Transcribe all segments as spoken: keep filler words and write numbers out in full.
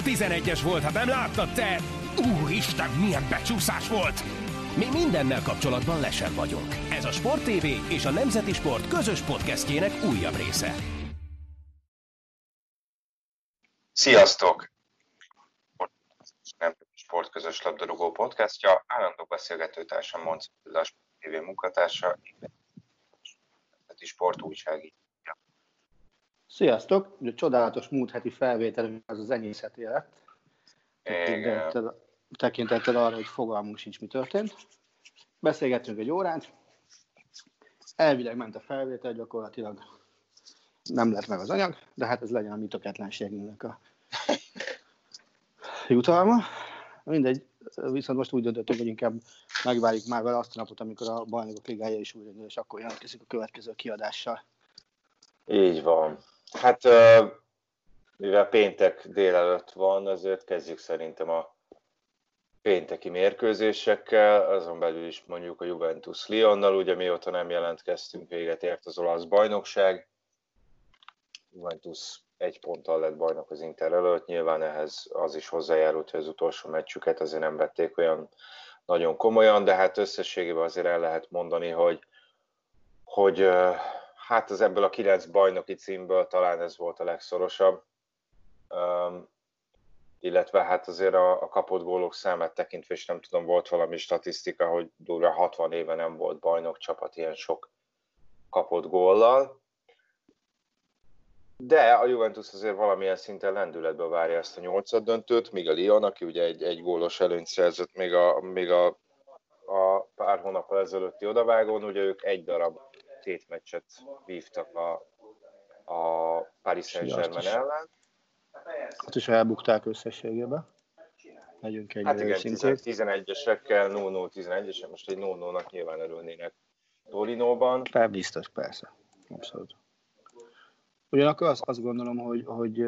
tizenegyes volt, hát nem láttad te? Úristen, milyen becsúszás volt! Mi mindennel kapcsolatban lesen vagyunk. Ez a Sport té vé és a Nemzeti Sport közös podcastjének újabb része. Sziasztok! Nemzeti Sport közös labdarúgó podcastja. Állandó beszélgetőtársam Monci Attila, a Sport té vé munkatársa, Nemzeti Sport újságírója. Sziasztok! Ugye csodálatos múlt heti felvételünk az az enyészeti lett. Tekintettel, tekintettel arra, hogy fogalmunk sincs, mi történt. Beszélgettünk egy órát. Elvileg ment a felvétel, gyakorlatilag nem lett meg az anyag, de hát ez legyen a mi tökéletlenségünknek a jutalma. Mindegy, viszont most úgy döntöttünk, hogy inkább megvárjuk már vele azt a napot, amikor a Bajnokok Ligája is újra, és akkor jelentkezik a következő kiadással. Így van. Hát mivel péntek délelőtt van, azért kezdjük szerintem a pénteki mérkőzésekkel, azon belül is mondjuk a Juventus Lyonnal, ugye mióta nem jelentkeztünk, véget ért az olasz bajnokság. Juventus egy ponttal lett bajnok az Inter előtt, nyilván ehhez az is hozzájárult, hogy az utolsó meccsüket azért nem vették olyan nagyon komolyan, de hát összességében azért el lehet mondani, hogy, hogy hát az ebből a kilenc bajnoki címből talán ez volt a legszorosabb, um, illetve hát azért a, a kapott gólok számát tekintve, és nem tudom, volt valami statisztika, hogy durván hatvan éve nem volt bajnok csapat ilyen sok kapott góllal. De a Juventus azért valamilyen szinten lendületből várja ezt a nyolcad döntőt, míg a Lyon, aki ugye egy, egy gólos előnyt szerzett még a, még a, a pár hónappal ezelőtti odavágón, ugye ők egy darab tétmeccset vívtak a, a Paris Saint-Germain ellen. Ott is elbukták összességében. Legyünk egy hát igen, tizenegyesekkel, nulla nulla tizenegyesek, most egy nulla nulla-nak nyilván örülnének Torinóban. Pár biztos, persze. Abszolút. Ugyanakkor azt, azt gondolom, hogy, hogy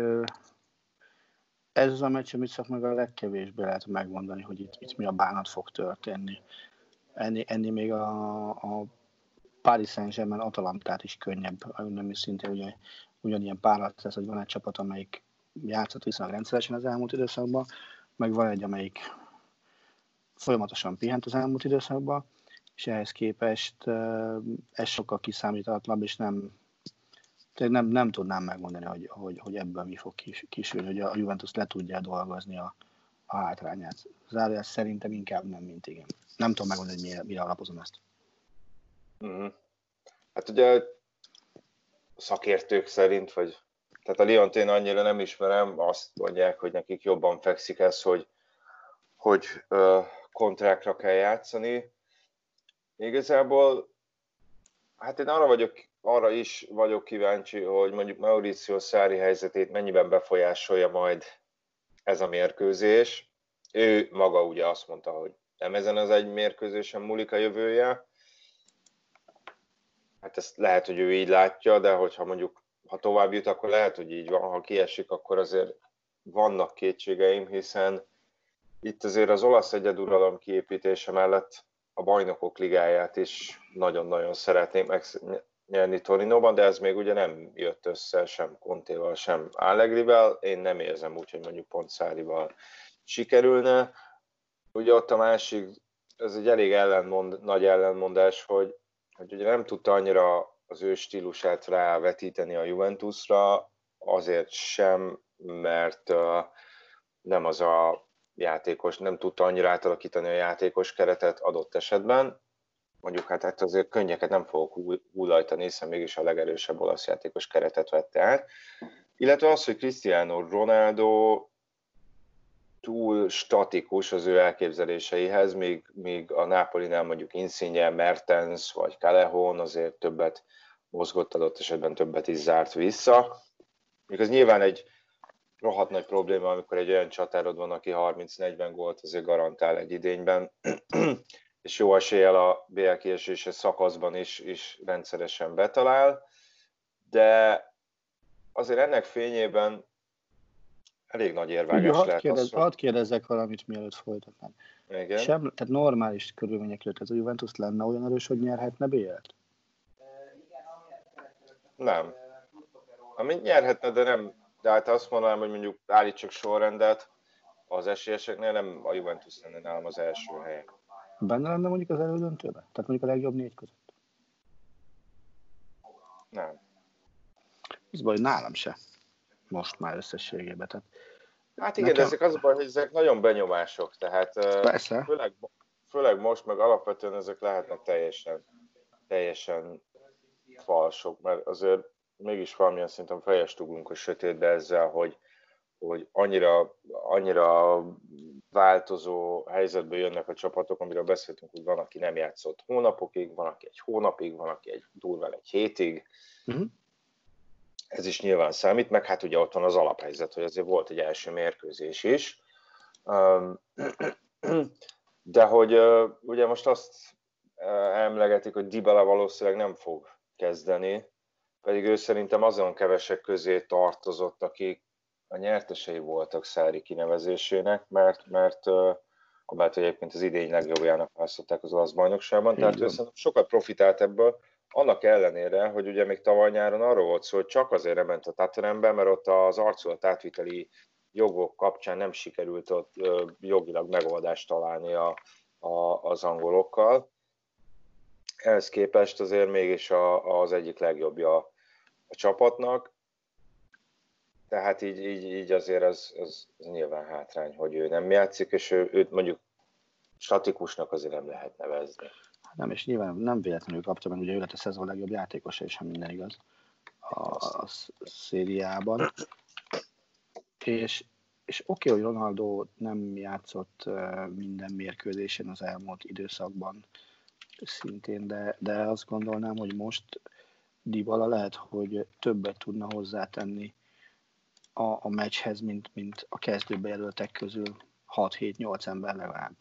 ez az a meccs, amit csak meg a legkevésbé lehet megmondani, hogy itt, itt mi a bánat fog történni. Ennél, ennél még a, a Paris Saint-Germain Atalantát is könnyebb, nem is szintén ugye, ugyanilyen párharc lesz, hogy van egy csapat, amelyik játszott viszonylag rendszeresen az elmúlt időszakban, meg van egy, amelyik folyamatosan pihent az elmúlt időszakban, és ehhez képest ez sokkal kiszámíthatatlanabb, és nem Nem, nem tudnám megmondani, hogy, hogy, hogy ebből mi fog kis, kisülni, hogy a Juventus le tudja dolgozni a, a hátrányát. Zárójel szerintem inkább nem, mint igen. Nem tudom megmondani, hogy mire, mire alapozom ezt. Mm-hmm. Hát ugye szakértők szerint, vagy tehát a Lyont én annyira nem ismerem, azt mondják, hogy nekik jobban fekszik ez, hogy, hogy uh, kontrákra kell játszani. Igazából hát én arra vagyok Arra is vagyok kíváncsi, hogy mondjuk Maurizio Sarri helyzetét mennyiben befolyásolja majd ez a mérkőzés. Ő maga ugye azt mondta, hogy nem ezen az egy mérkőzésen múlik a jövője. Hát ezt lehet, hogy ő így látja, de hogyha mondjuk ha tovább jut, akkor lehet, hogy így van. Ha kiesik, akkor azért vannak kétségeim, hiszen itt azért az olasz egyeduralom kiépítése mellett a Bajnokok Ligáját is nagyon-nagyon szeretnék megnyerni Torinóban, de ez még ugye nem jött össze sem Contéval, sem Allegrivel. Én nem érzem úgy, hogy mondjuk pont Sarrival sikerülne. Ugye ott a másik, ez egy elég ellenmond, nagy ellenmondás, hogy, hogy ugye nem tudta annyira az ő stílusát rávetíteni a Juventusra, azért sem, mert uh, nem az a játékos, nem tudta annyira átalakítani a játékos keretet adott esetben. Mondjuk hát, hát azért könnyeket nem fogok hullajtani, hiszen mégis a legerősebb olasz játékos keretet vette át. Illetve az, hogy Cristiano Ronaldo túl statikus az ő elképzeléseihez, míg, míg a Napolinál mondjuk Insigne, Mertens vagy Callejon azért többet mozgott, adott esetben többet is zárt vissza. Még az nyilván egy rohadt nagy probléma, amikor egy olyan csatárod van, aki harminc-negyven gólt azért garantál egy idényben, és jó eséllyel a bé el kieséses szakaszban is, is rendszeresen betalál, de azért ennek fényében elég nagy érvágás Ugye, lehet kérdez, az, hogy... Hadd kérdezzek valamit, mielőtt folytatnám. Sem, tehát normális körülmények között ez a Juventus lenne olyan erős, hogy nyerhetne bé el-t? Nem. Amit nyerhetne, de nem, de hát azt mondanám, hogy mondjuk állítsak sorrendet, az esélyeseknél nem a Juventus lenne nálam az első helyen. Benne lenne mondjuk az elődöntőben? Tehát mondjuk a legjobb négy között? Nem. Ez baj, nálam se. Most már összességében. Tehát hát igen, nekem... de ezek az a baj, hogy ezek nagyon benyomások, tehát persze. Főleg, főleg most, meg alapvetően ezek lehetnek teljesen, teljesen falsok, mert azért mégis valamilyen szinten fejestugunk a sötétbe ezzel, hogy, hogy annyira, annyira változó helyzetbe jönnek a csapatok, amiről beszéltünk, hogy van, aki nem játszott hónapokig, van, aki egy hónapig, van, aki egy durván egy hétig. Uh-huh. Ez is nyilván számít, meg hát ugye ott van az alaphelyzet, hogy azért volt egy első mérkőzés is. De hogy ugye most azt emlegetik, hogy Dybala valószínűleg nem fog kezdeni, pedig ő szerintem azon kevesek közé tartozott, akik a nyertesei voltak Sarri kinevezésének, mert, mert amelyet egyébként az idény legjobbjának választották az olasz bajnokságban, tehát ő szerintem sokat profitált ebből, annak ellenére, hogy ugye még tavaly nyáron arról volt szó, hogy csak azért nem ment a Tottenhambe, mert ott az arculat átviteli jogok kapcsán nem sikerült ott jogilag megoldást találni a, a, az angolokkal. Ehhez képest azért mégis a, az egyik legjobbja a, a csapatnak. Tehát így, így, így azért az, az, az nyilván hátrány, hogy ő nem játszik, és ő, őt mondjuk statikusnak azért nem lehet nevezni. Nem, és nyilván nem véletlenül kapta, mert ugye ő lett a szezon legjobb játékosa, és ha minden igaz a, a szériában. És, és oké, okay, hogy Ronaldo nem játszott minden mérkőzésen az elmúlt időszakban szintén, de, de azt gondolnám, hogy most Dybala lehet, hogy többet tudna hozzátenni a, a meccshez, mint, mint a kezdőbe jelöltek közül hat-hét-nyolc ember legalább.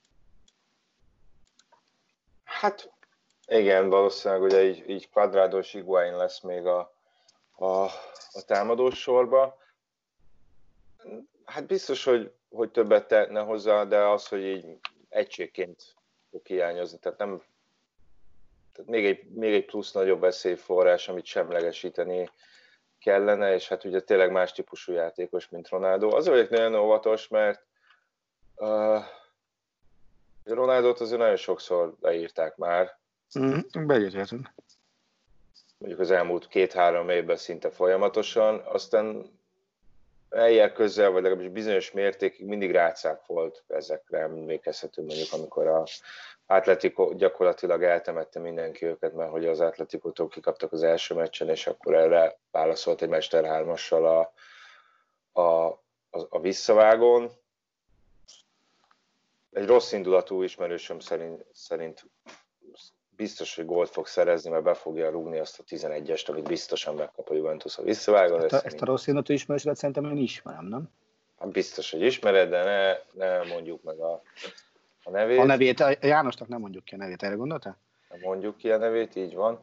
Hát igen, valószínűleg ugye így, így Cuadrado és Higuaín lesz még a, a, a támadós sorba. Hát biztos, hogy, hogy többet tehetne hozzá, de az, hogy így egységként fog hiányozni. Tehát, nem, tehát még, egy, még egy plusz nagyobb veszélyforrás, amit semlegesíteni kellene, és hát ugye tényleg más típusú játékos, mint Ronaldo. Azért vagyok nagyon óvatos, mert uh, Ronaldot azért nagyon sokszor leírták már. Mm, Beegyetértünk. Mondjuk az elmúlt két-három évben szinte folyamatosan, aztán eljel közel, vagy legalábbis bizonyos mértékig mindig rácáfolt ezekre, emlékezhető mondjuk, amikor a Atletico gyakorlatilag eltemette mindenki őket, mert hogy az Atleticótól kikaptak az első meccsen, és akkor erre válaszolt egy mesterhármassal a, a, a, a visszavágón. Egy rossz indulatú ismerősöm szerint, szerint biztos, hogy gólt fog szerezni, mert be fogja rúgni azt a tizenegyest, amit biztosan megkap a Juventus a visszavágón. Ezt a, ezt a rossz indulatú ismerősödet szerintem én ismerem, nem? Hát biztos, hogy ismered, de ne, ne mondjuk meg a, a nevét. A nevét, a Jánosnak nem mondjuk ki a nevét, erre gondoltál? Nem mondjuk ki a nevét, így van.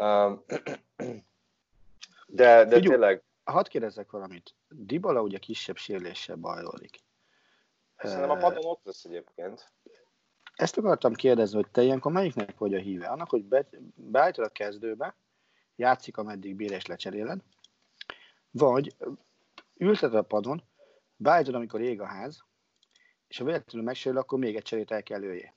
De, de Figyú, tényleg... Hadd kérdezzek valamit. Dybala ugye kisebb sérüléssel bajlódik. Szerintem a padon ott lesz egyébként. Ezt akartam kérdezni, hogy te ilyenkor melyiknek vagy a híve? Annak, hogy be, beállítod a kezdőbe, játszik, ameddig bír és lecseréled, vagy ülteted a padon, beállítod, amikor ég a ház, és ha véletlenül megsérül, akkor még egy cserét el kell lőjé.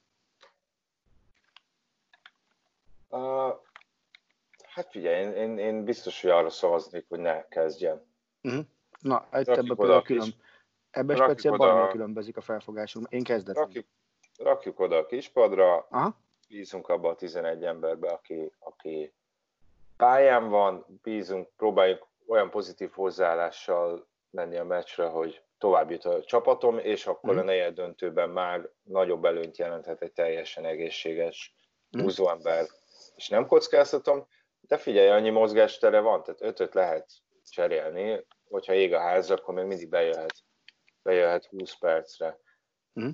Uh, hát figyelj, én, én, én biztos, hogy arra szavaznék, hogy ne kezdjen. Uh-huh. Na, ebben például külön, ebben speciál bajnál különbözik a felfogásom. Én kezdetem. Rakjuk, rakjuk oda a kispadra, aha, bízunk abba a tizenegy emberbe, aki, aki pályán van, bízunk, próbáljuk olyan pozitív hozzáállással menni a meccsre, hogy tovább jut a csapatom, és akkor mm. a negyed döntőben már nagyobb előnyt jelenthet egy teljesen egészséges húzóember, és nem kockáztatom, de figyelj, annyi mozgástere van, tehát ötöt lehet cserélni, hogyha ég a ház, akkor még mindig bejöhet, bejöhet húsz percre. Mm.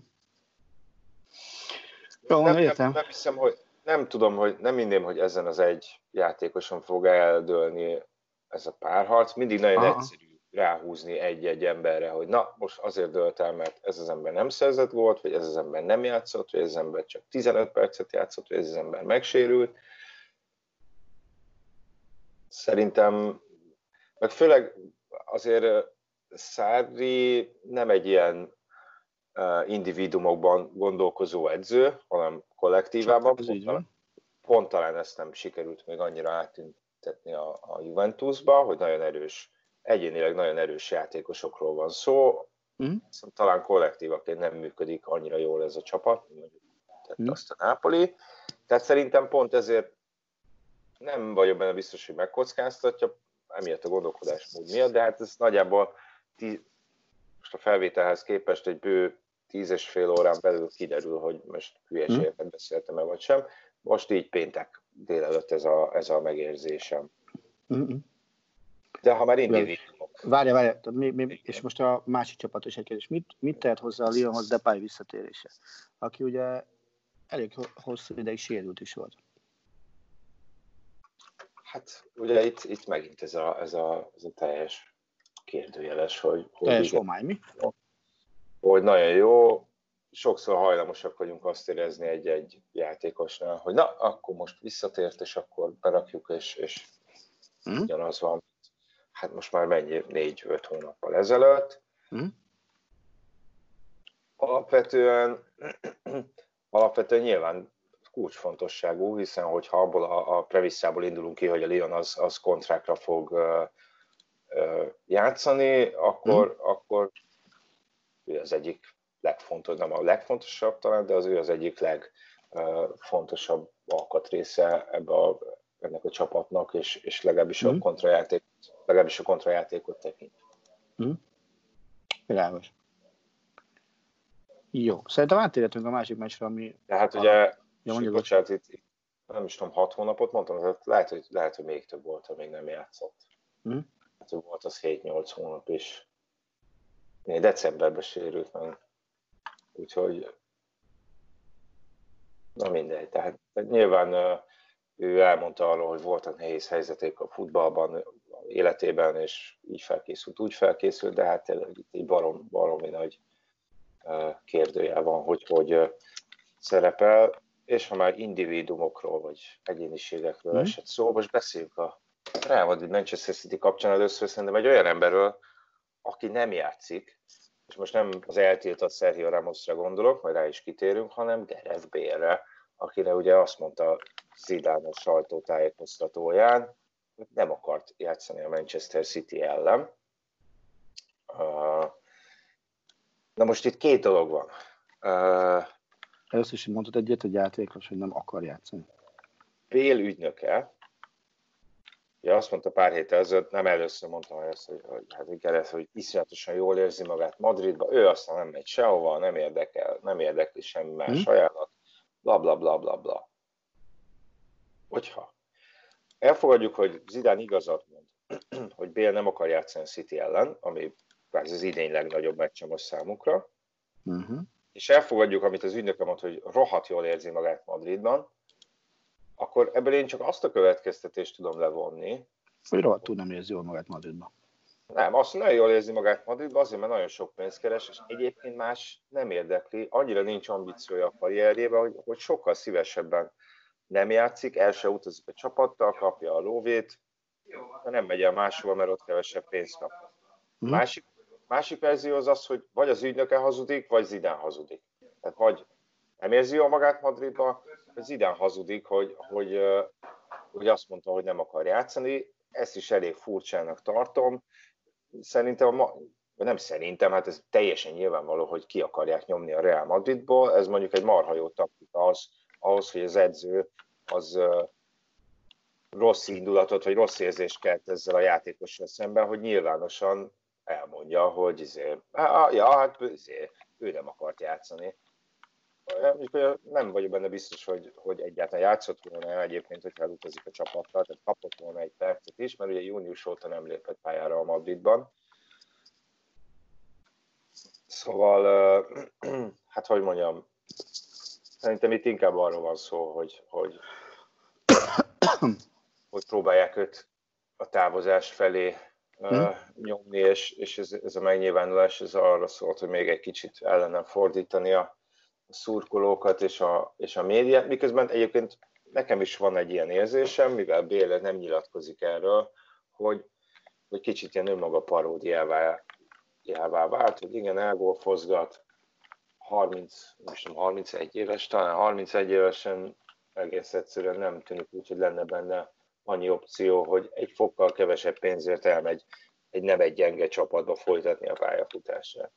Jó, nem, értem. Nem, nem hiszem, hogy nem tudom, hogy nem minden, hogy ezen az egy játékoson fog eldőlni ez a párharc. Mindig nagyon Aha. egyszerű ráhúzni egy-egy emberre, hogy na, most azért dőlt el, mert ez az ember nem szerzett volt, vagy ez az ember nem játszott, vagy ez az ember csak tizenöt percet játszott, vagy ez az ember megsérült. Szerintem, meg főleg azért Sarri nem egy ilyen individuumokban gondolkozó edző, hanem kollektívában. Pont, talán, pont talán ezt nem sikerült még annyira átüntetni a, a Juventusba, hogy nagyon erős, egyénileg nagyon erős játékosokról van szó. Mm. Talán kollektívaként nem működik annyira jól ez a csapat, mondjuk tett mm. azt a Napoli. Tehát szerintem pont ezért nem vagyok benne biztos, hogy megkockáztatja, emiatt a gondolkodásmód miatt, de hát ez nagyjából tí, most a felvételhez képest egy bő tíz és fél órán belül kiderül, hogy most hülyeségeket beszéltem-e vagy sem. Most így péntek délelőtt ez a, ez a megérzésem. Mm-hmm. De ha már individuumok. Várja, várja, mi, mi, és most a másik csapat is egy kérdés. Mit, mit tehet hozzá a Lyonhoz Depay visszatérése? Aki ugye elég hosszú ideig sérült is volt. Hát ugye itt, itt megint ez a, ez, a, ez a teljes kérdőjeles, hogy... Teljes homály, mi? Hogy nagyon jó, sokszor hajlamosak vagyunk azt érezni egy-egy játékosnál, hogy na, akkor most visszatért, és akkor berakjuk, és, és mm. ugyanaz van. Hát most már mennyi, négy-öt hónappal ezelőtt. Mm. Alapvetően, alapvetően nyilván kulcsfontosságú, hiszen hogyha abból a, a premisszából indulunk ki, hogy a Lyon az, az kontrákra fog uh, uh, játszani, akkor, mm. akkor ő az egyik legfontosabb, nem a legfontosabb talán, de az ő az egyik legfontosabb uh, alkatrésze ebbe a, ennek a csapatnak, és, és legalábbis, mm. a kontrajáték, legalábbis a kontrajátékot tekint. Mm. Világos. Jó, szerintem áttérhetünk a másik meccsre, ami... Tehát a... ugye, ja, bocsánat, itt, itt nem is tudom, hat hónapot mondtam, tehát lehet, hogy, lehet, hogy még több volt, ha még nem játszott. Mm. Hát, volt az hét-nyolc hónap is. Én decemberben sérült meg. Úgyhogy na mindegy. Tehát, tehát nyilván ő elmondta arról, hogy voltak nehéz helyzetek a futballban, életében, és így felkészült, úgy felkészült, de hát itt egy barom, baromi nagy kérdőjel van, hogy hogy szerepel, és ha már individuumokról vagy egyéniségekről mm. esett szó, most beszéljünk a Real Madrid Manchester City kapcsán először szerintem egy olyan emberről, aki nem játszik, és most nem az eltiltott Sergio Ramosra gondolok, majd rá is kitérünk, hanem Gareth Bale-re, akire ugye azt mondta Zidane a sajtótájékoztatóján, hogy nem akart játszani a Manchester City ellen. Na most itt két dolog van. Először is mondtad egyet, hogy játékos, hogy nem akar játszani. Bale ügynöke, ja, azt mondta pár héttel ezelőtt, nem először mondtam ezt, hogy, hogy, hát Gareth, hogy iszonyatosan jól érzi magát Madridba, ő aztán nem megy sehova, nem érdekel, nem érdekli semmi más hmm. ajánlat, bla bla bla bla bla. Hogyha elfogadjuk, hogy Zidane igazat mond, hogy Bale nem akar játszani City ellen, ami kvázi az idény legnagyobb meccse most számukra, uh-huh. és elfogadjuk, amit az ügynöke mond, hogy rohadt jól érzi magát Madridban, akkor ebből én csak azt a következtetést tudom levonni, hogy rohadtul nem érzi jól magát Madridban. Nem, azt nagyon jól érzi magát Madridban, azért, mert nagyon sok pénzt keres, és egyébként más nem érdekli, annyira nincs ambíciója a karrierjében, hogy, hogy sokkal szívesebben nem játszik, el se utazik a csapattal, kapja a lóvét, de nem megy el máshova, mert ott kevesebb pénzt kap. Hmm. Másik, másik verzió az az, hogy vagy az ügynöke hazudik, vagy Zidane hazudik. Tehát vagy nem érzi jól magát Madridban, vagy Zidane hazudik, hogy, hogy, hogy azt mondta, hogy nem akar játszani. Ezt is elég furcsának tartom. Szerintem, nem szerintem, hát ez teljesen nyilvánvaló, hogy ki akarják nyomni a Real Madridból. Ez mondjuk egy marha jó taktika az, ahhoz, hogy az edző az uh, rossz indulatot, vagy rossz érzést kelt ezzel a játékossal szemben, hogy nyilvánosan elmondja, hogy izé, ah, ja, hát izé, ő nem akart játszani. Nem vagyok benne biztos, hogy, hogy egyáltalán játszott volna egyébként, hogyha elutazik a csapattal, tehát kapott volna egy percet is, mert ugye június óta nem lépett pályára a Madridban. Szóval, uh, hát hogy mondjam, szerintem itt inkább arról van szó, hogy, hogy, hogy próbálják őt a távozás felé uh, nyomni, és, és ez, ez a megnyilvánulás ez arra szólt, hogy még egy kicsit ellenem fordítani a, a szurkolókat és a, és a médiát, miközben egyébként nekem is van egy ilyen érzésem, mivel Bale nem nyilatkozik erről, hogy hogy kicsit ilyen önmaga paródiává vált, hogy igen, elgolfozgat, harminc, nem tudom, harmincegy éves, talán harmincegy évesen egész egyszerűen nem tűnik úgy, hogy lenne benne annyi opció, hogy egy fokkal kevesebb pénzért elmegy egy nem egy gyenge csapatba folytatni a pályafutását.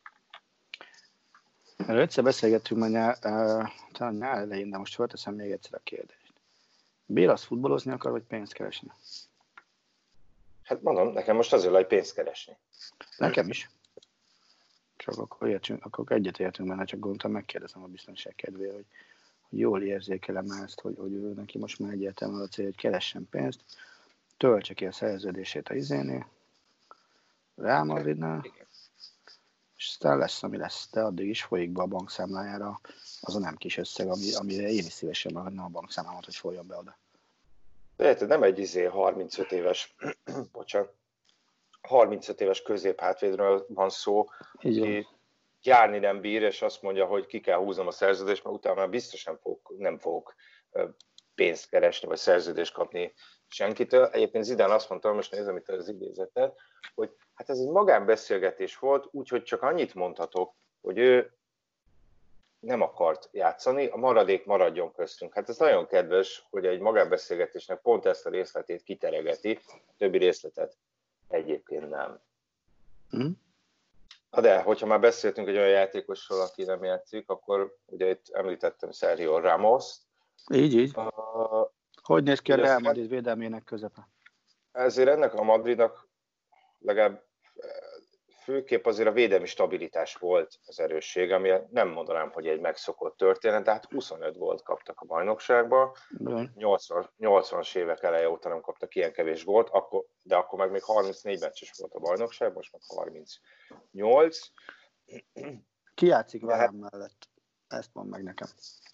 Erről egyszer beszélgettünk már nyár, uh, talán nyár elején, de most felteszem még egyszer a kérdést. Bélasz futballozni akar, vagy pénzt keresni? Hát mondom, nekem most azért hogy pénzt keresni. Nekem is. Csak akkor, értsünk, akkor egyetértünk benne, csak gondoltam, megkérdezem a biztonság kedvéért, hogy, hogy jól érzékelem ezt, hogy, hogy ő neki most már egyértelműen a cél, hogy keressen pénzt, töltse ki a szerződését a izénél, Real Madridnál, és aztán lesz, ami lesz, de addig is folyik be a bankszámlájára az a nem kis összeg, ami, amire én is szívesen megadnám a bankszámlámat, hogy folyjon be oda. De érted, nem egy izé harmincöt éves, bocsánat, harmincöt éves középhátvédről van szó, aki járni nem bír, és azt mondja, hogy ki kell húznom a szerződést, mert utána már biztosan fogok, nem fogok pénzt keresni, vagy szerződést kapni senkitől. Egyébként Zidane azt mondta, most nézem itt az idézetet, hogy hát ez egy magánbeszélgetés volt, úgyhogy csak annyit mondhatok, hogy ő nem akart játszani, a maradék maradjon köztünk. Hát ez nagyon kedves, hogy egy magánbeszélgetésnek pont ezt a részletét kiteregeti, a többi részletet egyébként nem. Mm. Na de, hogyha már beszéltünk egy olyan játékosról, aki nem játszik, akkor ugye itt említettem Sergio Ramos. Így, így. Uh, hogy néz ki a Real Madrid védelmének közepe? Ezért ennek a Madridnak legalább főképp azért a védelmi stabilitás volt az erősség, ami nem mondanám, hogy egy megszokott történet, de hát huszonöt gólt kaptak a bajnokságban. nyolcvanas évek eleje óta nem kaptak ilyen kevés gólt, akkor, de akkor meg még harmincnégy meccses volt a bajnokság, most meg harmincnyolc. Ki játszik Varane mellett? Ezt mondd meg nekem.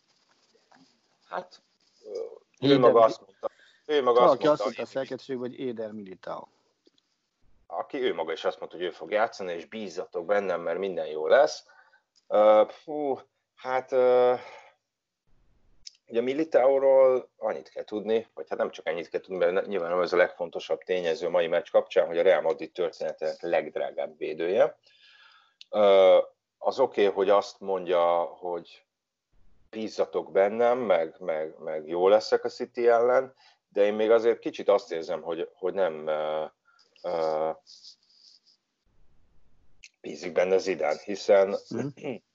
Hát, ő Éder, maga azt mondta. Ő maga azt mondta, azt mondta a szerkesztőség, hogy Éder Militao. Aki ő maga is azt mondta, hogy ő fog játszani, és bízzatok bennem, mert minden jó lesz. Uh, fú, hát uh, ugye Militaóról annyit kell tudni, vagy hát nem csak ennyit kell tudni, mert nyilván nem ez a legfontosabb tényező a mai meccs kapcsán, hogy a Real Madrid történetének legdrágább védője. Uh, az oké, okay, hogy azt mondja, hogy bízzatok bennem, meg, meg, meg jó leszek a City ellen, de én még azért kicsit azt érzem, hogy, hogy nem uh, uh, bízik benne Zidane, hiszen mm.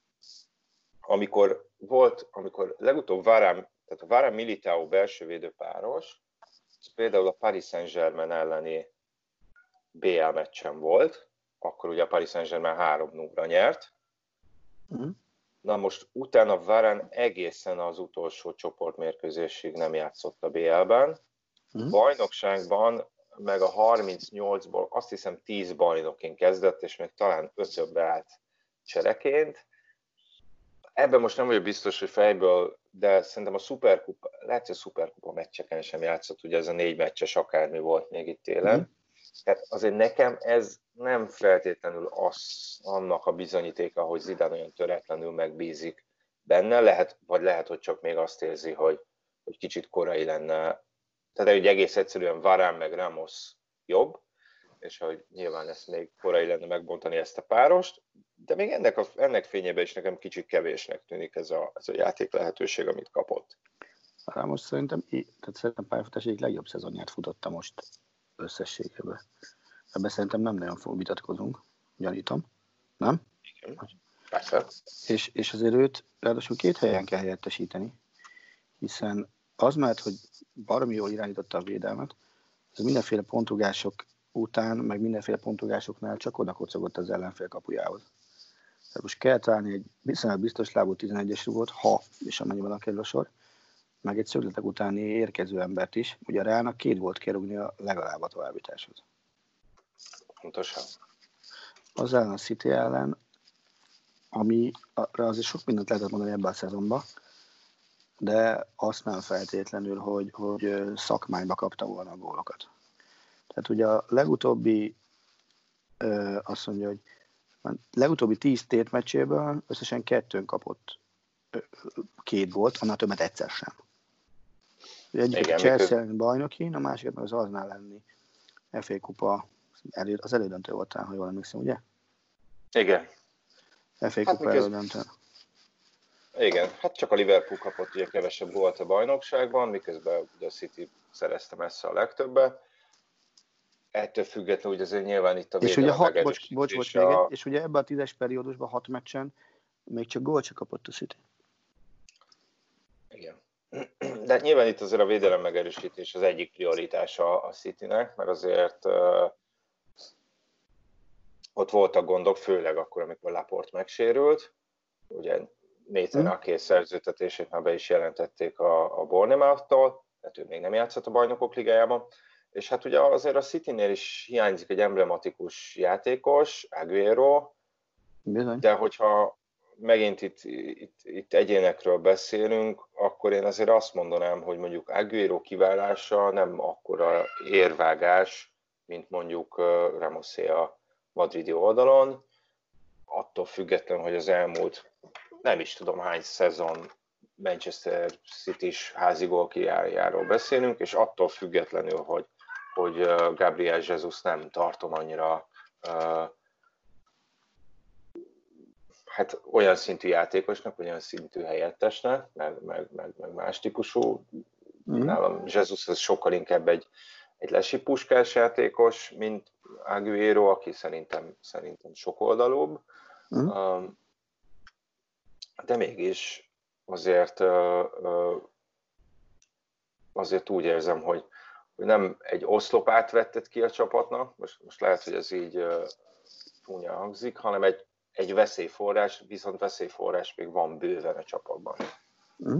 amikor volt, amikor legutóbb Varane, tehát a Varane Militao belső védőpáros, például a Paris Saint-Germain elleni bé el meccsen volt, akkor ugye a Paris Saint-Germain három nulla nyert. Mm. Na most utána Varane egészen az utolsó csoportmérkőzésig nem játszott a bé el-ben. Mm. Bajnokságban meg a harmincnyolcból azt hiszem tíz bajnokin kezdett, és még talán ötöbbre állt csereként. Ebben most nem vagyok biztos, hogy fejből, de szerintem a szuperkupa, lehet, hogy a szuperkupa meccseken sem játszott, ugye ez a négy meccses akármi volt még itt télen. Mm. Tehát azért nekem ez nem feltétlenül az, annak a bizonyítéka, hogy Zidane olyan töretlenül megbízik benne, lehet, vagy lehet, hogy csak még azt érzi, hogy, hogy kicsit korai lenne. Tehát hogy egész egyszerűen Varane meg Ramos jobb, és hogy nyilván ezt még korai lenne megbontani ezt a párost, de még ennek, a, ennek fényében is nekem kicsit kevésnek tűnik ez a, ez a játék lehetőség, amit kapott. Ramos szerintem, tehát szerintem pályafutás egyik legjobb szezonját futotta most összességében. Ebben szerintem nem nagyon fog vitatkozunk, gyanítom, nem? Igen, persze. És, és azért őt ráadásul két helyen kell helyettesíteni, hiszen az mert, hogy baromi jól irányította a védelmet, ez mindenféle pontrugások után, meg mindenféle pontrugásoknál csak oda kocogott az ellenfél kapujához. Tehát most kell találni egy viszonylag biztos lábú tizenegyes rúgót, ha és amennyiben a kerül a sor, meg egy szögletek utáni érkező embert is. Ugye a Reálnak két volt kell rúgnia legalább a továbbításhoz. Pontosan. Az ellen a City ellen, ami azért sok mindent lehetett mondani ebben a szezonban, de azt nem feltétlenül, hogy, hogy szakmányba kapta volna a gólokat. Tehát ugye a legutóbbi, azt mondja, hogy a legutóbbi tíz tétmeccséből összesen kettőn kapott két gólt, annál többet egyszer sem. Egyik a Chelsea ellen bajnoki, a másikat meg az Arsenal lenni ef á kupa elő, az elődöntő volt talán, ha jól emlékszem, ugye? Igen. ef á Kupa hát elődöntő. Igen, hát csak a Liverpool kapott ugye kevesebb gólt a bajnokságban, miközben ugye a City szerezte messze a legtöbbet. Ettől függetlenül ugye azért nyilván itt a védelem megerősítése. Bocs, bocs, bocs, a... És ugye ebben a tízes periódusban, hat meccsen még csak gólt se kapott a City. Igen. De nyilván itt azért a védelem megerősítés az egyik prioritása a Citynek, mert azért uh, ott voltak gondok, főleg akkor, amikor Laporte megsérült. Ugye Nathan Ake szerződtetését már be is jelentették a, a Bournemouth-tól, tehát ő még nem játszott a Bajnokok Ligájában. És hát ugye azért a Citynél is hiányzik egy emblematikus játékos, Aguero, Bizony. De hogyha megint itt, itt, itt egyénekről beszélünk, akkor én azért azt mondanám, hogy mondjuk Aguero kiválása nem akkora érvágás, mint mondjuk Ramosé a madridi oldalon. Attól függetlenül, hogy az elmúlt nem is tudom hány szezon Manchester City-s házigólkijáról beszélünk, és attól függetlenül, hogy, hogy Gabriel Jesus nem tartom annyira uh, hát olyan szintű játékosnak, olyan szintű helyettesnek, meg, meg, meg, meg más típusú. Mm. Nálam Jesus az sokkal inkább egy, egy lesipuskás játékos, mint Aguero, aki szerintem, szerintem sokoldalúbb. Mm. Um, de mégis azért, uh, uh, azért úgy érzem, hogy, hogy nem egy oszlopát vetted ki a csapatnak, most, most lehet, hogy ez így uh, csúnya hangzik, hanem egy egy veszélyforrás, viszont veszélyforrás még van bőven a csapatban. Mm.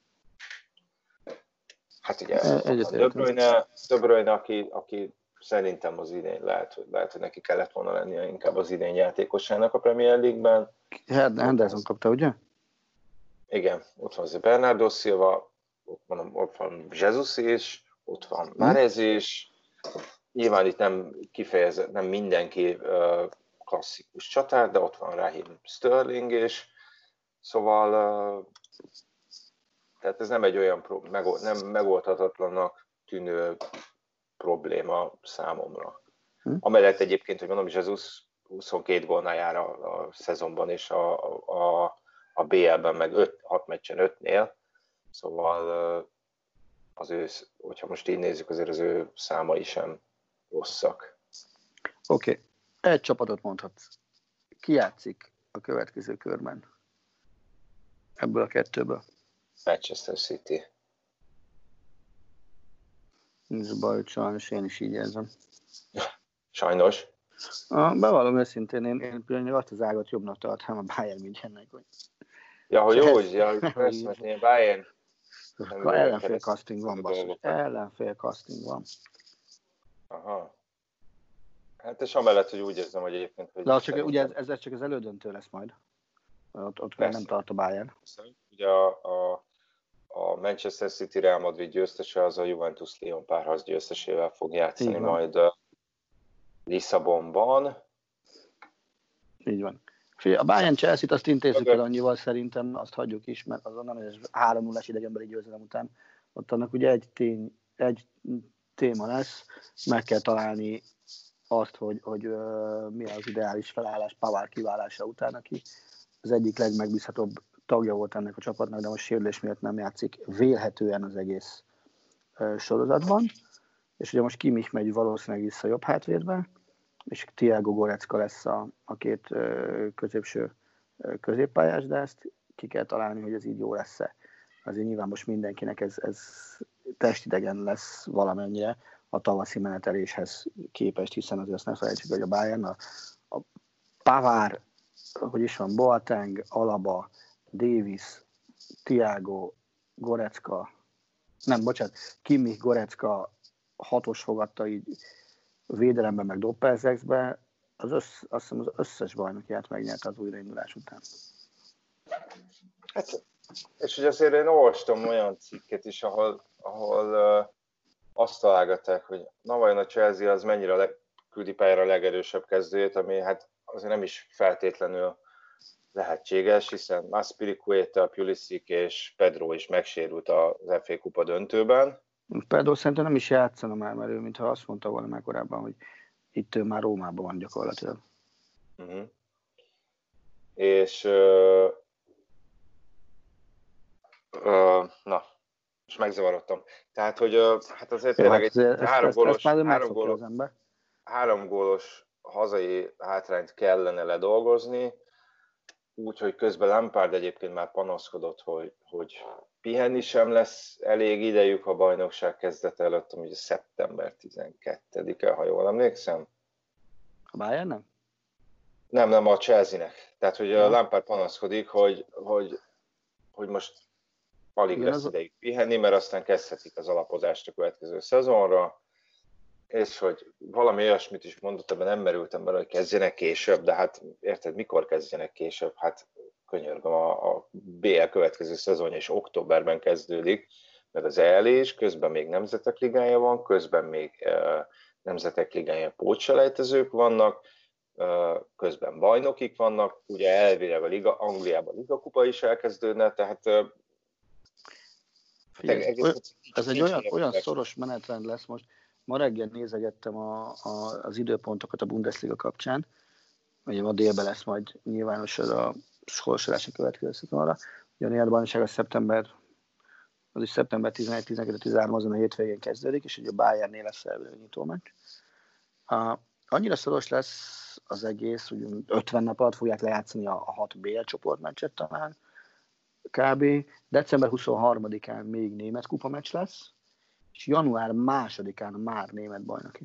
Hát ugye De Bruyne, De Bruyne aki, aki szerintem az idén lehet, hogy, lehet, hogy neki kellett volna lennie inkább az idén játékosának a Premier League-ben. Henderson kapta, ugye? Igen, ott van azért Bernardo Silva, ott van, ott van Jesus is, ott van Mahrez is. Nyilván itt nem kifejezett, nem mindenki uh, klasszikus csatár, de ott van Raheem Sterling is, szóval uh, tehát ez nem egy olyan pro- megold, nem megoldhatatlannak tűnő probléma számomra. Hm? Amellett egyébként, hogy mondom, Jesus huszonkét gólnál jár a, a szezonban, és a, a, a bé el-ben meg öt, hat meccsen ötnél, szóval uh, az ő, hogyha most így nézzük, azért az ő számai sem rosszak. Oké. Okay. Egy csapatot mondhatsz. Ki játszik a következő körben? Ebből a kettőből. Manchester City. Ez baj, hogy sajnos én is így érzem. Sajnos? A, bevallom őszintén, én, én például azt az ágat jobbnak tartom a Bayern Münchennek. Hogy... Ja, hogy úgy, ja, hogy persze, mert én Bayern... Ellenfél casting van, basszus. Ellenfél casting van. Aha. Hát és amellett, hogy úgy érzem, hogy egyébként... Hogy de az csak, ugye ez, ez csak az elődöntő lesz majd. Ott, ott nem tart a Bayern. Ugye a, a, a Manchester City Real Madrid győztese az a Juventus Lyon párharc győztesével fog játszani majd a Lisszabonban. Így van. A Bayern Chelsea-t azt intézzük el annyival, szerintem azt hagyjuk is, mert azon nem, hogy ez három nullás idegenbeli győzelem után. Ott annak ugye egy, tény, egy téma lesz, meg kell találni azt, hogy, hogy uh, mi az ideális felállás Pavard kiválása után, aki az egyik legmegbízhatóbb tagja volt ennek a csapatnak, de most sérülés miatt nem játszik vélhetően az egész uh, sorozatban. És ugye most Kimmich megy valószínűleg vissza jobb hátvédbe, és Thiago Goretzka lesz a, a két uh, középső uh, középpályás, de ezt ki kell találni, hogy ez így jó lesz-e. Azért nyilván most mindenkinek ez, ez testidegen lesz valamennyire a tavaszi meneteléshez képest, hiszen azért azt ne felejtsük, hogy a Bayern, a, a Pavard, hogy is van, Boateng, Alaba, Davis, Thiago, Goretzka, nem, bocsánat, Kimmich, Goretzka hatos fogadta így védelemben, meg Doppelzexbe, az, össz, azt hiszem az összes bajnokiát megnyerte az újraindulás után. Hát, és ugye azért én olvastam olyan cikket is, ahol, ahol uh, azt találgatták, hogy na vajon a Chelsea az mennyire leg, küldi pályára a legerősebb kezdőjét, ami hát azért nem is feltétlenül lehetséges, hiszen Azpilicueta, Pulisic és Pedro is megsérült az ef á Kupa döntőben. Pedro szerintem nem is játszana már, mert ő, mintha azt mondta volna már korábban, hogy itt ő már Rómában van gyakorlatilag. Uh-huh. És uh, uh, na, most megzavarodtam. Tehát, hogy uh, hát azért Jó, tényleg hát egy ezt, három ezt, gólos, ezt már három gólos, az ember. három gólos hazai hátrányt kellene ledolgozni, úgyhogy közben Lampard egyébként már panaszkodott, hogy, hogy pihenni sem lesz elég idejük a bajnokság kezdete előtt, ami szeptember tizenkettedike, ha jól emlékszem. A Bayern nem? Nem, nem, a Chelsea-nek. Tehát, hogy Ja. a Lampard panaszkodik, hogy, hogy, hogy most alig Igen, lesz az... idejük pihenni, mert aztán kezdhetik az alapozást a következő szezonra, és hogy valami olyasmit is mondott, ebben nem merültem bele, hogy kezdjenek később, de hát érted, mikor kezdjenek később? Hát könyörgöm, a, a bé el következő szezonja is októberben kezdődik, meg az é el is, közben még Nemzetek Ligája van, közben még uh, Nemzetek Ligája pótselejtezők vannak, uh, közben bajnokik vannak, ugye elvileg a Liga, Angliában Ligakupa is elkezdődne, tehát uh, Figyelj, egész, olyan, ez egy olyan, olyan lesz. szoros menetrend lesz most. Ma reggel nézegettem a, a, az időpontokat a Bundesliga kapcsán. Ugye ma délben lesz majd nyilvánosan a sorsolás a következő szezonra. Ugye a Német Bajnokság a szeptember, az is szeptember tizenegy, tizenkettő, tizenhárom azon a hétvégén kezdődik, és ugye a Bayernnél lesz a nyitó meccs. Uh, annyira szoros lesz az egész, hogy ötven nap alatt fogják lejátszani a, a hat bé el csoportmeccset talán, kb. December huszonharmadikán még német kupa meccs lesz, és január másodikán már német bajnoki.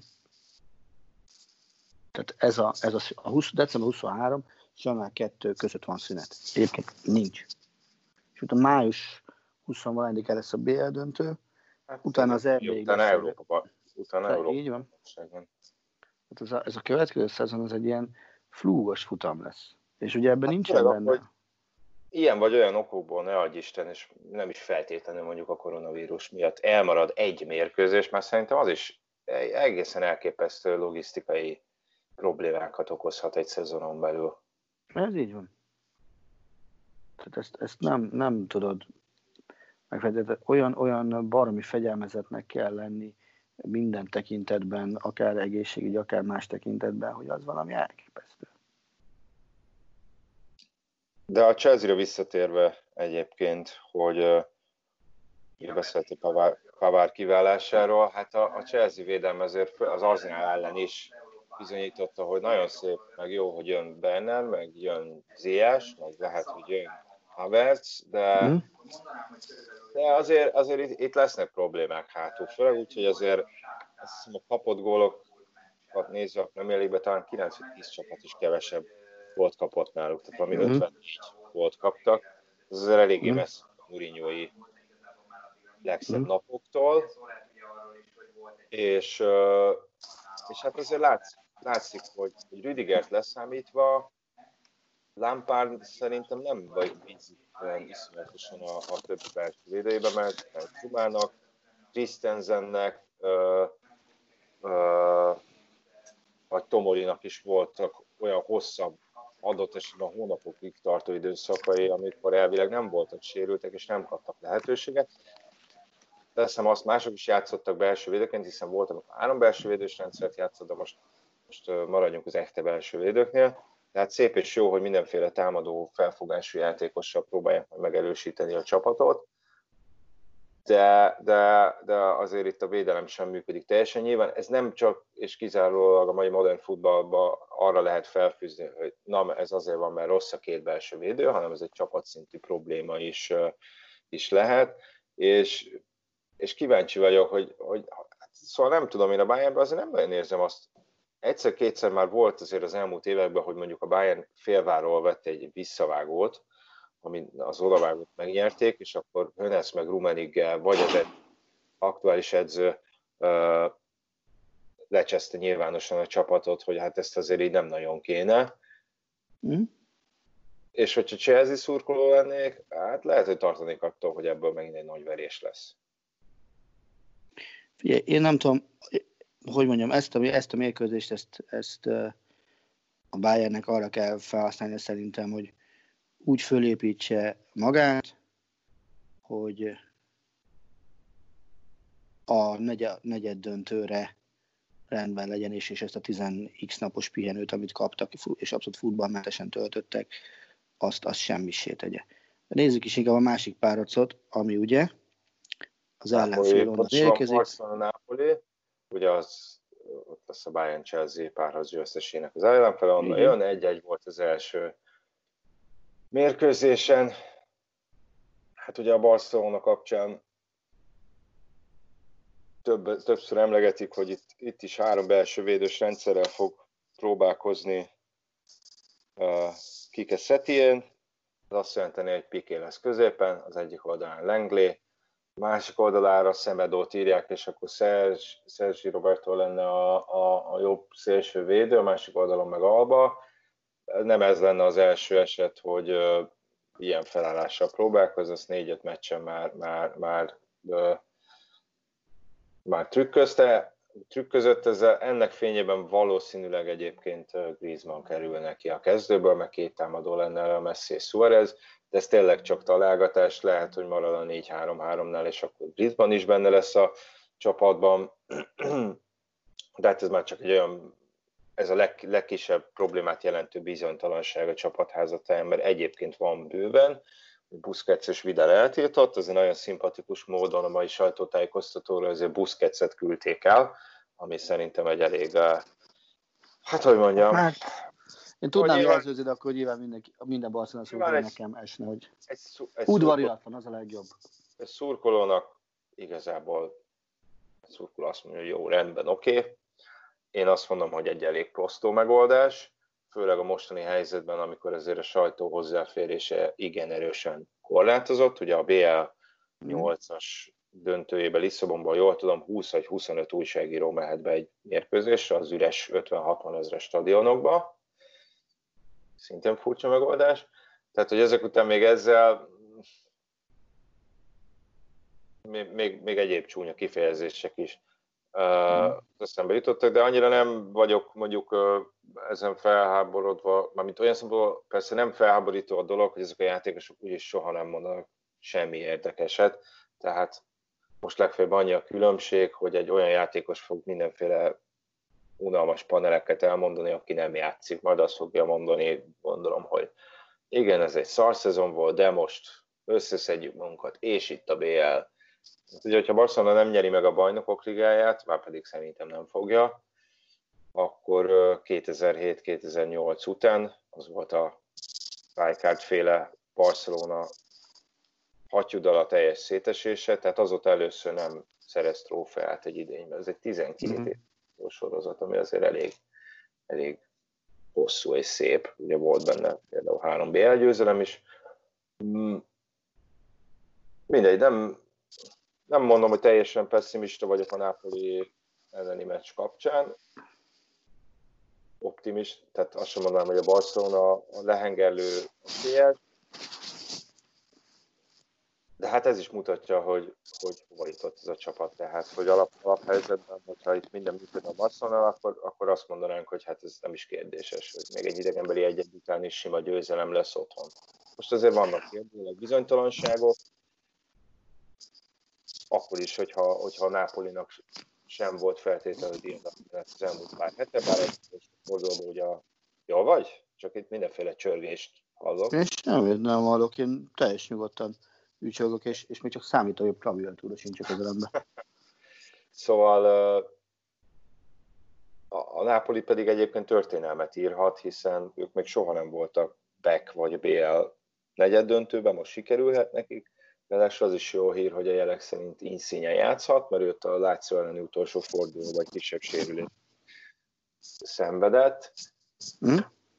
Tehát ez a, ez a, a húsz, december huszonharmadika és január kettő között van szünet. Egyébként nincs. És utána május huszonharmadikán lesz a bé el döntő, hát utána az é bé-ig utána lesz. Európa. Utána Tehát Európa. így van. Hát ez, a, ez a következő szezon az egy ilyen flúgos futam lesz. És ugye ebben hát nincsen benne. Hogy ilyen vagy olyan okokból, ne adj Isten, és nem is feltétlenül mondjuk a koronavírus miatt elmarad egy mérkőzés, mert szerintem az is egészen elképesztő logisztikai problémákat okozhat egy szezonon belül. Ez így van. Tehát ezt, ezt nem, nem tudod megfelelni. Olyan, olyan baromi fegyelmezetnek kell lenni minden tekintetben, akár egészségügy, akár más tekintetben, hogy az valami elképesztő. De a Chelsea-re visszatérve egyébként, hogy uh, beszéltük Pavard, Pavard kiválásáról, hát a, a Chelsea védelme azért az Arsenal ellen is bizonyította, hogy nagyon szép, meg jó, hogy jön Werner, meg jön Ziyech, meg lehet, hogy jön Havertz, de, mm. de azért, azért itt, itt lesznek problémák hátul, főleg úgyhogy azért azt hiszem a kapott gólokat nézve a Premier League-ben talán kilenc tíz csapat is kevesebb volt kapott náluk, tehát valami mm. ötvennégy volt kaptak, ez azért eléggé mm. messze a Mourinho-i legszebb mm. napoktól, és, és hát azért látszik, látszik hogy, hogy Rüdigert leszámítva, Lampard szerintem nem bízik olyan iszonyatosan a, a többi belső védőjében, mert Csumának, Christensennek, ö, ö, vagy Tomorinak is voltak olyan hosszabb, adott esetben hónapokig tartó időszakai, amikor elvileg nem voltak sérültek, és nem kaptak lehetőséget. Teszem azt, mások is játszottak belső védőként, hiszen volt, amikor három belső védős rendszert játszott, de most, most maradjunk az echte belső védőknél. Tehát szép és jó, hogy mindenféle támadó felfogású játékossal próbálják meg megerősíteni a csapatot, de, de, de azért itt a védelem sem működik teljesen. Nyilván ez nem csak és kizárólag a mai modern futballban arra lehet felfűzni, hogy na, ez azért van, mert rossz a két belső védő, hanem ez egy csapatszintű probléma is, is lehet, és, és kíváncsi vagyok, hogy, hogy szóval nem tudom, én a Bayernben azért nem nagyon érzem azt. Egyszer-kétszer már volt azért az elmúlt években, hogy mondjuk a Bayern félváról vett egy visszavágót, amin az odavágót megnyerték, és akkor Hönes meg Rummenigge, vagy az egy aktuális edző uh, lecseszte nyilvánosan a csapatot, hogy hát ezt azért így nem nagyon kéne. Mm. És hogyha Chelsea szurkoló lennék, hát lehet, hogy tartanék attól, hogy ebből megint egy nagy verés lesz. Figyelj, én nem tudom, hogy mondjam, ezt a, ezt a mérkőzést, ezt, ezt a Bayernnek arra kell felhasználni szerintem, hogy úgy fölépítse magát, hogy a negyed, negyed döntőre rendben legyen, és, és ezt a tíz x napos pihenőt, amit kaptak, és abszolút futballmentesen töltöttek, azt, azt semmissé tegye. Nézzük is inkább a másik párharcot, ami ugye az ellenfél onnan érkezik. Barcelona-Napoli, ugye az ott lesz a Bayern-Chelsea párharc győztesének az ellenfele, onnan jön, egy-egy volt az első mérkőzésen. Hát ugye a Barcelona kapcsán több, többször emlegetik, hogy itt, itt is három belső védős rendszerrel fog próbálkozni uh, Kike Setien. Ez azt jelenteni, hogy Piqué lesz középen, az egyik oldalán Lenglet, a másik oldalára Szemedót írják, és akkor Serge, Sergi Roberto lenne a, a, a jobb szélső védő, a másik oldalon meg Alba. Nem ez lenne az első eset, hogy uh, ilyen felállással próbálkoz, ezt négy-öt meccsen már, már, már, uh, már trükközte, trükközött ezzel. Ennek fényében valószínűleg egyébként Griezmann kerül neki a kezdőből, meg két támadó lenne a Messi és Suárez, de ez tényleg csak találgatás, lehet, hogy marad a négy három háromnál, és akkor Griezmann is benne lesz a csapatban. De hát ez már csak egy olyan, ez a leg, legkisebb problémát jelentő bizonytalanság a csapatházatán, mert egyébként van bőven, Busquets és Vidal eltiltott, ez egy nagyon szimpatikus módon a mai sajtótájékoztatóra azért Busquetset küldték el, ami szerintem egy elég, hát hogy mondjam... Hát, én tudnám jelzőzni, de akkor nyilván mindenki, minden Barcelona szurkoló nekem esne, hogy udvariatlan, az a legjobb. Egy szurkolónak igazából egy szurkoló azt mondja, hogy jó, rendben, oké. Okay. Én azt mondom, hogy egy elég prostó megoldás, főleg a mostani helyzetben, amikor azért a sajtó hozzáférése igen erősen korlátozott. Ugye a bé el nyolcas döntőjében Lisszabonban, jól tudom, húsz vagy huszonöt újságíró mehet be egy mérkőzésre az üres ötven-hatvan ezres stadionokba. Szintén furcsa megoldás. Tehát, hogy ezek után még ezzel még, még, még egyéb csúnya kifejezések is uh, eszembe jutottak, de annyira nem vagyok mondjuk uh, ezen felháborodva, mármint olyan szempontból persze nem felháborító a dolog, hogy ezek a játékosok úgyis soha nem mondanak semmi érdekeset, tehát most legfeljebb annyi a különbség, hogy egy olyan játékos fog mindenféle unalmas paneleket elmondani, aki nem játszik, majd azt fogja mondani, gondolom, hogy igen, ez egy szarszezon volt, de most összeszedjük magunkat, és itt a bé el. Ugye, hogyha Barcelona nem nyeri meg a Bajnokok Ligáját, már pedig szerintem nem fogja, akkor kétezer-hét kétezer-nyolc után, az volt a Rijkaard féle Barcelona hattyúdala teljes szétesése, tehát azóta először nem szerez trófeát egy idényben. Ez egy tizenkét mm-hmm. év sorozat, ami azért elég, elég hosszú és szép. Ugye volt benne például három bé el győzelem is. Mindegy, nem, nem mondom, hogy teljesen pessimista vagyok a Napoli elleni meccs kapcsán. Optimist, tehát azt sem mondanám, hogy a Barcelona a lehengerlő esélyes. De hát ez is mutatja, hogy, hogy hova jutott ez a csapat. Tehát, hogy alap, alaphelyzetben, hogyha itt minden működne a Barcelona, akkor, akkor azt mondanánk, hogy hát ez nem is kérdéses, hogy még egy idegenbeli egy-egy után is sima győzelem lesz otthon. Most azért vannak kérdőleg bizonytalanságok, akkor is, hogyha, hogyha a Nápolinak sem volt feltétlenül díjat az elmúlt pár hete, bár egy fordulóban ugye a... Jól vagy? Csak itt mindenféle csörgést hallok. Én semmit nem hallok, én teljes nyugodtan ücsölgök, és, és még csak számítógép klaviatúra sincs a közelemben. Szóval a, a Napoli pedig egyébként történelmet írhat, hiszen ők még soha nem voltak back vagy a bé el negyed döntőben, most sikerülhet nekik, de az is jó hír, hogy a jelek szerint Insigne játszhat, mert őt a Lazio elleni utolsó forduló vagy kisebb sérülés szenvedett. Mm.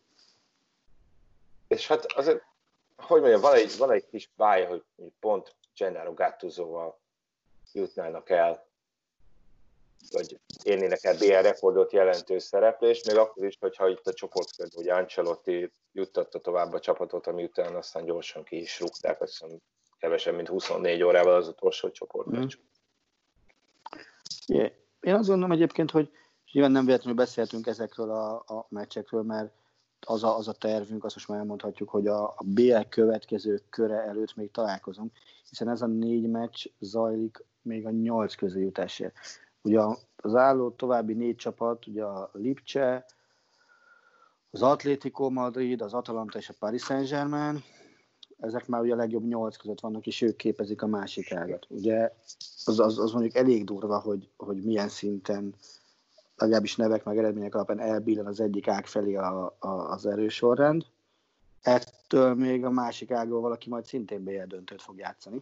És hát azért, hogy mondjam, van egy, van egy kis bája, hogy pont Gennaro Gattusoval jutnának el, vagy érnének el bé el rekordot jelentő szereplést, még akkor is, hogyha itt a csoportkörben, hogy Ancelotti juttatta tovább a csapatot, ami után aztán gyorsan ki is rúgták, azt hiszem kevesebb, mint huszonnégy órával az utolsó csoportmeccs. Mm. Yeah. Én azt gondolom egyébként, hogy nyilván nem véletlenül beszéltünk ezekről a, a meccsekről, mert az a, az a tervünk, azt most már elmondhatjuk, hogy a, a bé el következő köre előtt még találkozunk, hiszen ez a négy meccs zajlik még a nyolc közéjutásért. Ugye a az álló további négy csapat, ugye a Lipcse, az Atlético Madrid, az Atalanta és a Paris Saint-Germain, ezek már ugye a legjobb nyolc között vannak, és ők képezik a másik ágat. Ugye az, az, az mondjuk elég durva, hogy, hogy milyen szinten, legalábbis nevek meg eredmények alapján elbillen az egyik ág felé a, a, az erősorrend. Ettől még a másik ágról valaki majd szintén bé el döntőt fog játszani.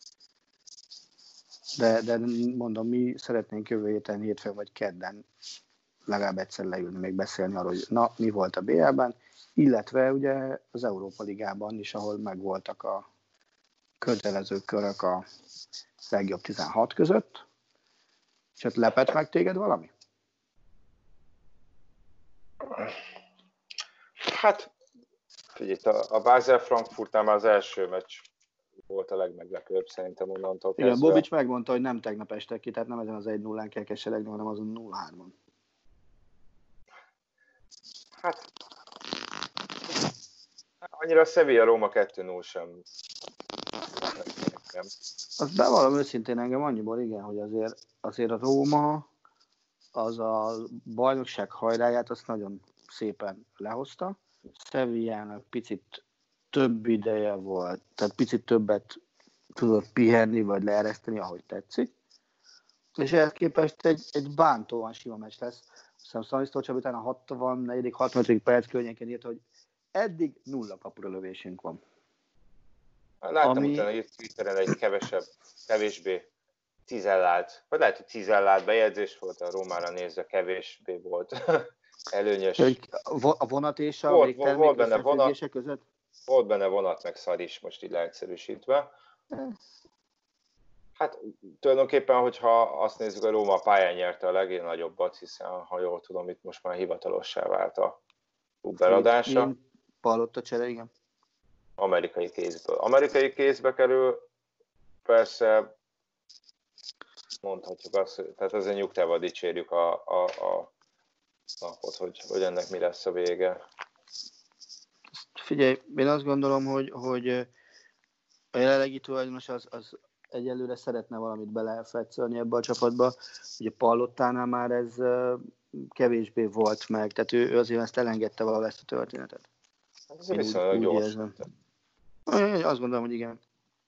De, de mondom, mi szeretnénk jövő héten, hétfőn vagy kedden legalább egyszer leülni, még beszélni arról, hogy na, mi volt a bé el-ben, illetve ugye az Európa Ligában is, ahol megvoltak a kötelező körök a legjobb tizenhat között. És ott lepett meg téged valami? Hát, figyelj, a, a Basel-Frankfurtnál már az első meccs volt a legmeglepőbb szerintem onnantól kezdve. Igen, Bobics megmondta, hogy nem tegnap este ki, tehát nem ezen az egy nullán kell keseregni, hanem azon nulla hármon. Hát, annyira a Sevilla-Róma kettő null sem. Nem. Azt bevallom őszintén engem annyiból, igen, hogy azért, azért a Róma az a bajnokság hajráját azt nagyon szépen lehozta. Sevillának picit több ideje volt, tehát picit többet tudott pihenni, vagy leereszteni, ahogy tetszik. És ehhez képest egy, egy bántóan sima meccs lesz. Hiszem Szanisztó Csaba után a hatvannegyedik hatvanötödik perc környékén írt, hogy eddig nulla kapura lövésünk van. Láttam ami... utána írt Twitteren egy kevesebb, kevésbé cizellált, vagy lehet, hogy cizellált bejegyzés volt, a Rómára nézve kevésbé volt előnyös. A vonat és a volt, végtermék összefüggése között? Volt benne vonat, meg szar is, most így leegyszerűsítve. Hát tulajdonképpen, hogyha azt nézzük, a Róma pályán nyerte a legnagyobbat, hiszen, ha jól tudom, itt most már hivatalossá vált a Uber adása. Pallotta csere, igen. Amerikai kézből. Amerikai kézbe kerül, persze mondhatjuk azt, tehát azért nyugtával dicsérjük a, a, a napot, hogy, hogy ennek mi lesz a vége. Figyelj, én azt gondolom, hogy, hogy a jelenlegi tulajdonos az, az egyelőre szeretne valamit belefetszölni ebbe a csapatba. Ugye Pallottánál már ez kevésbé volt meg, tehát ő, ő azért ezt elengedte valahol ezt a történetet. Ez viszonylag gyors. Én azt gondolom, hogy igen.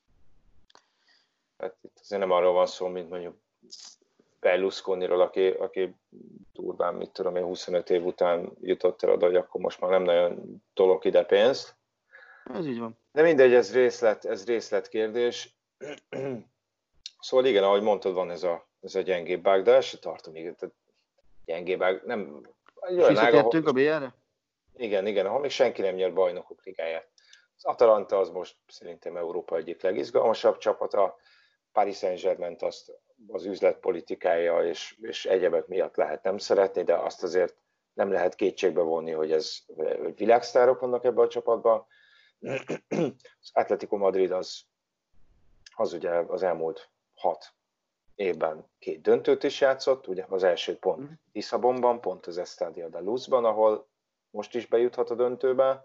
Hát itt azért nem arról van szó, mint mondjuk Berlusconiról, aki, aki durván, mit tudom én, huszonöt év után jutott el oda, hogy akkor most már nem nagyon tolok ide pénzt. Ez így van. De mindegy, ez részlet, ez részletkérdés. Szóval igen, ahogy mondtad, van ez a, ez a gyengébb ág, de ezt se tartom, igen, tehát gyengébb ág, nem... Visszatértünk a bé el-re? Igen, igen, ahol még senki nem nyer bajnokok ligáját. Az Atalanta az most szerintem Európa egyik legizgalmasabb csapata, Paris Saint-Germain azt az üzletpolitikája és, és egyebek miatt lehet nem szeretni, de azt azért nem lehet kétségbe vonni, hogy ez hogy világsztárok vannak ebben a csapatban. Az Atletico Madrid az, az ugye az elmúlt hat évben két döntőt is játszott, ugye az első pont Lisszabonban, pont az Estadio da Luzban, ahol most is bejuthat a döntőbe,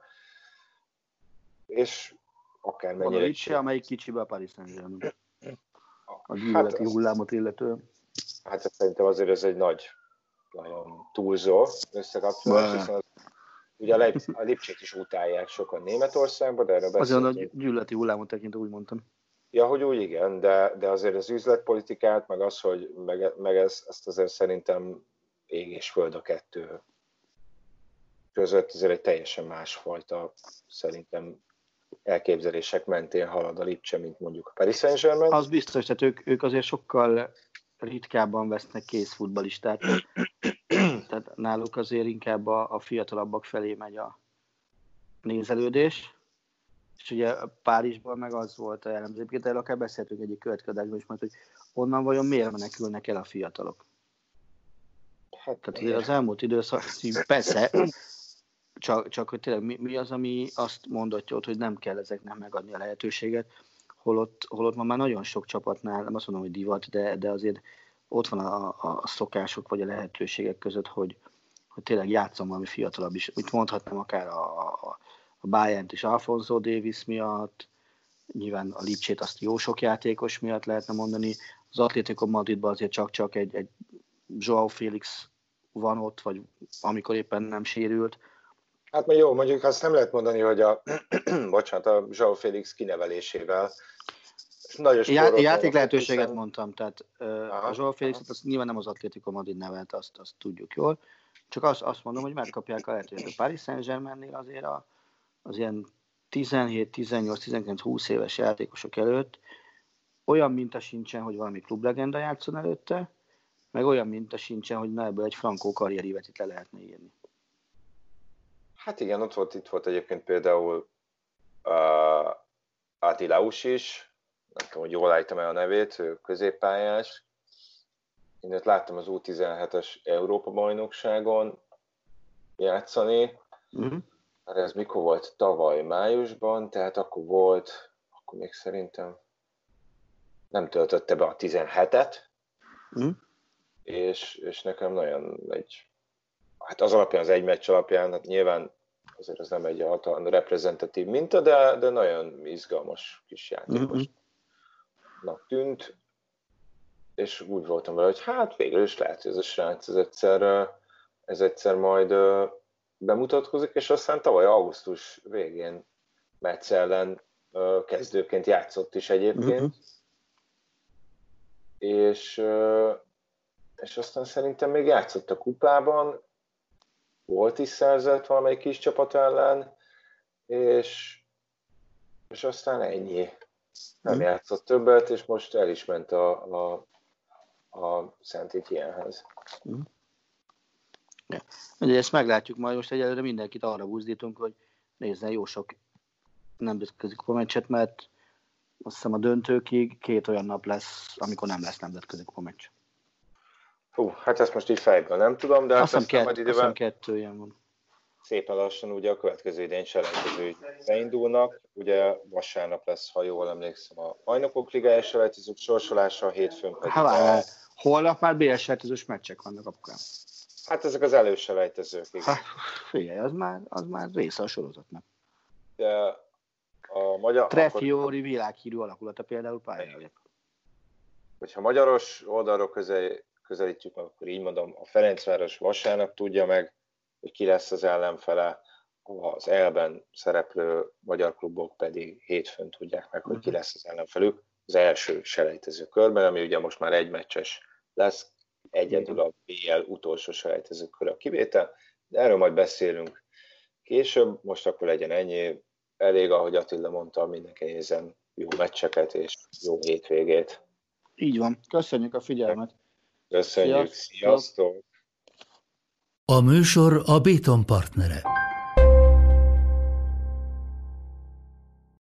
és akármennyire... Van a Licse, amelyik kicsibe a Paris Saint-Germain. A gyűlöleti hát hullámot illetően. Hát szerintem azért ez egy nagy, nagyon túlzó összekapcsolás, hiszen az, ugye a, Leip, a Lipcsét is utálják sokan Németországban, de erre beszéltünk. Azért a gyűlöleti hullámot tekintve úgy mondtam. Ja, hogy úgy igen, de, de azért az üzletpolitikát, meg az, hogy meg, meg ez, ezt azért szerintem ég és föld a kettő között, azért egy teljesen másfajta, szerintem elképzelések mentén halad a Lipcse, mint mondjuk a Paris Saint-Germain. Az biztos, tehát ők, ők azért sokkal ritkábban vesznek kész futballistát. Tehát náluk azért inkább a, a fiatalabbak felé megy a nézelődés. És ugye Párizsban meg az volt a jellemző. Erről akár beszéltünk egyik következőben is, mert hogy onnan vajon miért menekülnek el a fiatalok? Hát, tehát azért az elmúlt időszak, persze, csak, csak hogy tényleg mi, mi az, ami azt mondatja ott, hogy nem kell ezeknek megadni a lehetőséget, holott, holott ma már nagyon sok csapatnál, nem azt mondom, hogy divat, de, de azért ott van a, a szokások vagy a lehetőségek között, hogy, hogy tényleg játszom valami fiatalabb is. Úgy mondhatnám akár a, a, a Bayernt is Alfonso Davies miatt, nyilván a Lipcsét azt jó sok játékos miatt lehetne mondani, az Atlético Madridban azért csak-csak egy, egy Joao Félix van ott, vagy amikor éppen nem sérült. Hát még jó, mondjuk azt nem lehet mondani, hogy a, bocsánat, a Joao Félix kinevelésével nagyon Já- játék lehetőséget hiszen... mondtam, tehát aha, a Joao Félixet azt nyilván nem az Atlético Madrid nevelt, azt, azt tudjuk jól. Csak azt, azt mondom, hogy megkapják a lehetőséget. A Paris Saint-Germainnél azért a, az ilyen tizenhét, tizennyolc, tizenkilenc, húsz éves játékosok előtt olyan minta sincsen, hogy valami klublegenda játszon előtte, meg olyan minta sincsen, hogy na ebből egy frankó karrierívet itt le lehetne írni. Hát igen, ott volt, itt volt egyébként például uh, Atilaus is, nem tudom, hogy jól állítom el a nevét, ő középpályás. Én őt láttam az U tizenhetes Európa-bajnokságon játszani. Uh-huh. Hát ez mikor volt? Tavaly májusban, tehát akkor volt, akkor még szerintem nem töltötte be a tizenhetet, uh-huh. és, és nekem nagyon egy, hát az alapján, az egy meccs alapján, hát nyilván azért az nem egy hatalmas reprezentatív minta, de, de nagyon izgalmas kis játékosnak uh-huh. tűnt, és úgy voltam vele, hogy hát végül is lehet, hogy ez a srác ez egyszer, ez egyszer majd bemutatkozik, és aztán tavaly augusztus végén Metz ellen kezdőként játszott is egyébként, uh-huh. és, és aztán szerintem még játszott a kupában, volt is szerzett valamelyik kis csapat ellen, és, és aztán ennyi. Nem uh-huh. játszott többet, és most el is ment a, a, a Szent Etiennehez. Uh-huh. Ja. Ugye ezt meglátjuk majd, most egyelőre mindenkit arra buzdítunk, hogy nézzen jó sok nemzetközi kupameccset, mert azt hiszem a döntőkig két olyan nap lesz, amikor nem lesz nemzetközi kupameccs. Hú, hát ezt most így fejből nem tudom, de azt hát hiszem majd időben kettő ilyen van. Szépen lassan ugye a következő idén selejtezők beindulnak, ugye vasárnap lesz, ha jól emlékszem, a Bajnokok Ligája selejtezők sorsolása, hétfőn pedig hát, a... holnap már bé el selejtezős meccsek vannak apukám. Hát ezek az előselejtezők, igen. Hát, figyelj, az már, az már része a sorozatnak. De a magyar... Trefiori akkor... világhírű alakulata például pályája. Hogyha magyaros oldalról közel, közelítjük meg, akkor így mondom, a Ferencváros vasárnap tudja meg, hogy ki lesz az ellenfele, az elben szereplő magyar klubok pedig hétfőn tudják meg, hogy ki lesz az ellenfelük az első selejtező körben, ami ugye most már egy meccses lesz, egyedül a bé el utolsó selejtező kör a kivétel, de erről majd beszélünk később, most akkor legyen ennyi, elég, ahogy Attila mondta, mindenki nézzen jó meccseket és jó hétvégét. Így van, köszönjük a figyelmet! Köszönjük, sziasztok! A műsor a Béton partnere.